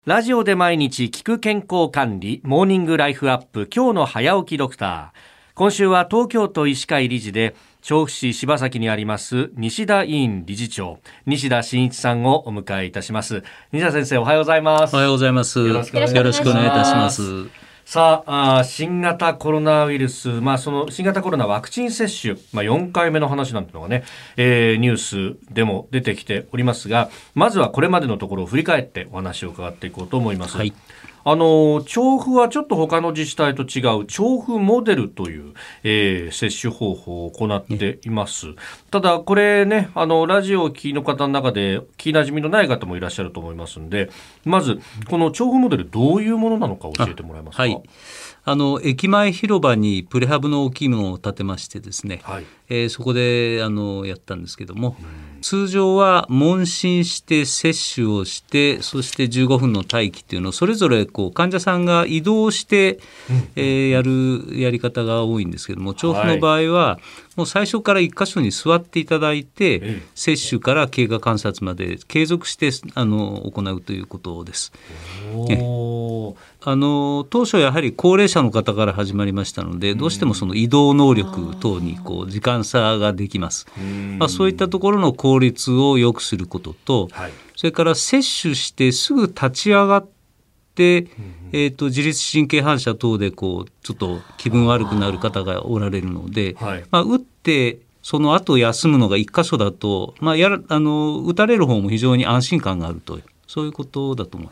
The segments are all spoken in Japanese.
ラジオで毎日聞く健康管理モーニングライフアップ、今日の早起きドクター。今週は東京都医師会理事で調布市柴崎にあります西田医院理事長、西田真一さんをお迎えいたします。西田先生、おはようございます。 おはようございます。よろしくお願いいたします。 さあ、新型コロナウイルス、その新型コロナワクチン接種、4回目の話なんてのがね、ニュースでも出てきておりますが、まずはこれまでのところを振り返ってお話を伺っていこうと思います。はい。調布はちょっと他の自治体と違う調布モデルという、接種方法を行っています。ただこれね、ラジオを聞きの方の中で聞きなじみのない方もいらっしゃると思いますので、まずこの調布モデルどういうものなのか教えてもらえますか。はい。 駅前広場にプレハブの大きいものを建てましてですね、はい、そこでやったんですけども、通常は問診して接種をして、そして15分の待機っていうのをそれぞれ患者さんが移動して、やり方が多いんですけども、調布の場合はもう最初から1箇所に座っていただいて、接種から経過観察まで継続して行うということです。当初やはり高齢者の方から始まりましたので、どうしてもその移動能力等に時間差ができます。そういったところの効率を良くすることと、それから接種してすぐ立ち上がって、自律神経反射等でちょっと気分悪くなる方がおられるので、打ってその後休むのが1箇所だと、打たれる方も非常に安心感があると、そういうことだと思います。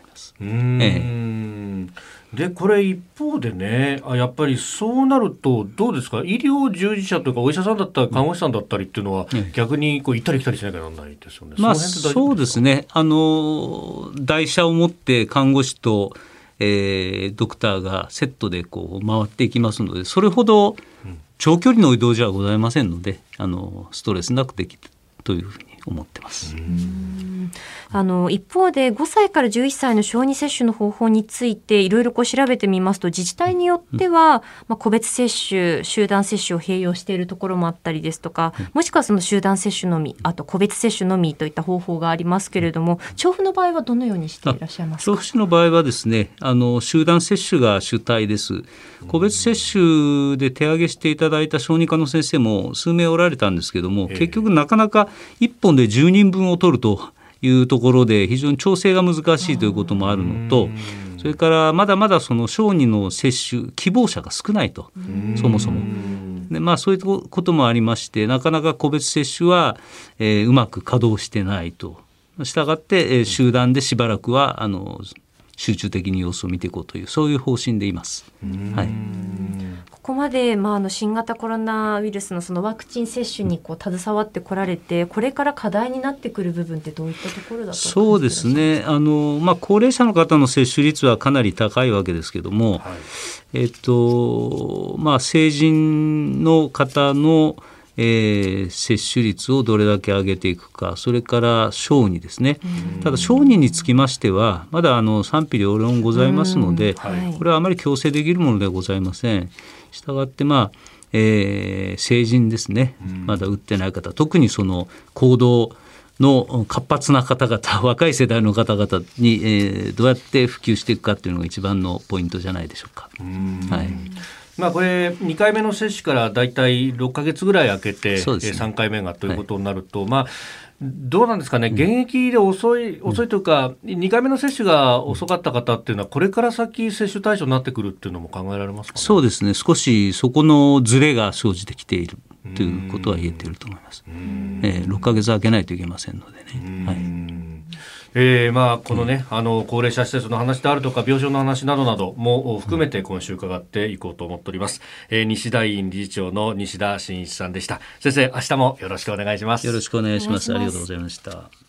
でこれ一方でね、やっぱりそうなるとどうですか、医療従事者とかお医者さんだったり看護師さんだったりっていうのは、逆に行ったり来たりしなきゃならないですよね。 そうですね、台車を持って看護師と、ドクターがセットで回っていきますので、それほど長距離の移動じゃございませんので、ストレスなくできるというふうに思ってます。 一方で5歳から11歳の小児接種の方法についていろいろ調べてみますと、自治体によっては、個別接種、集団接種を併用しているところもあったりですとか、もしくはその集団接種のみ、あと個別接種のみといった方法がありますけれども、調布の場合はどのようにしていらっしゃいますか。 調布市の場合はですね、集団接種が主体です。個別接種で手挙げしていただいた小児科の先生も数名おられたんですけども、結局なかなか1本で10人分を取るというところで非常に調整が難しいということもあるのと、それからまだまだその小児の接種希望者が少ないと、そもそもで、そういうこともありまして、なかなか個別接種は、うまく稼働してないと。したがって、集団でしばらくは集中的に様子を見ていこうという、そういう方針でいます。 ここまで、新型コロナウイルスのそのワクチン接種に携わってこられて、これから課題になってくる部分ってどういったところだと。 そうですね、高齢者の方の接種率はかなり高いわけですけども、成人の方の接種率をどれだけ上げていくか、それから小児ですね。ただ小児につきましてはまだ賛否両論ございますので、これはあまり強制できるものではございません。したがって成人ですね、まだ打ってない方、特にその行動の活発な方々、若い世代の方々に、どうやって普及していくかというのが一番のポイントじゃないでしょうか。 これ2回目の接種からだいたい6ヶ月ぐらい空けて、3回目がということになると、どうなんですかね、現役で遅いというか、2回目の接種が遅かった方っていうのはこれから先接種対象になってくるっていうのも考えられますかね。 そうですね、少しそこのズレが生じてきているということは言えていると思います。6ヶ月空けないといけませんのでね。 このね、高齢者施設の話であるとか病床の話などなども含めて今週伺っていこうと思っております。西田医院理事長の西田真一さんでした。先生、明日もよろしくお願いします。 よろしくお願いします。ありがとうございました。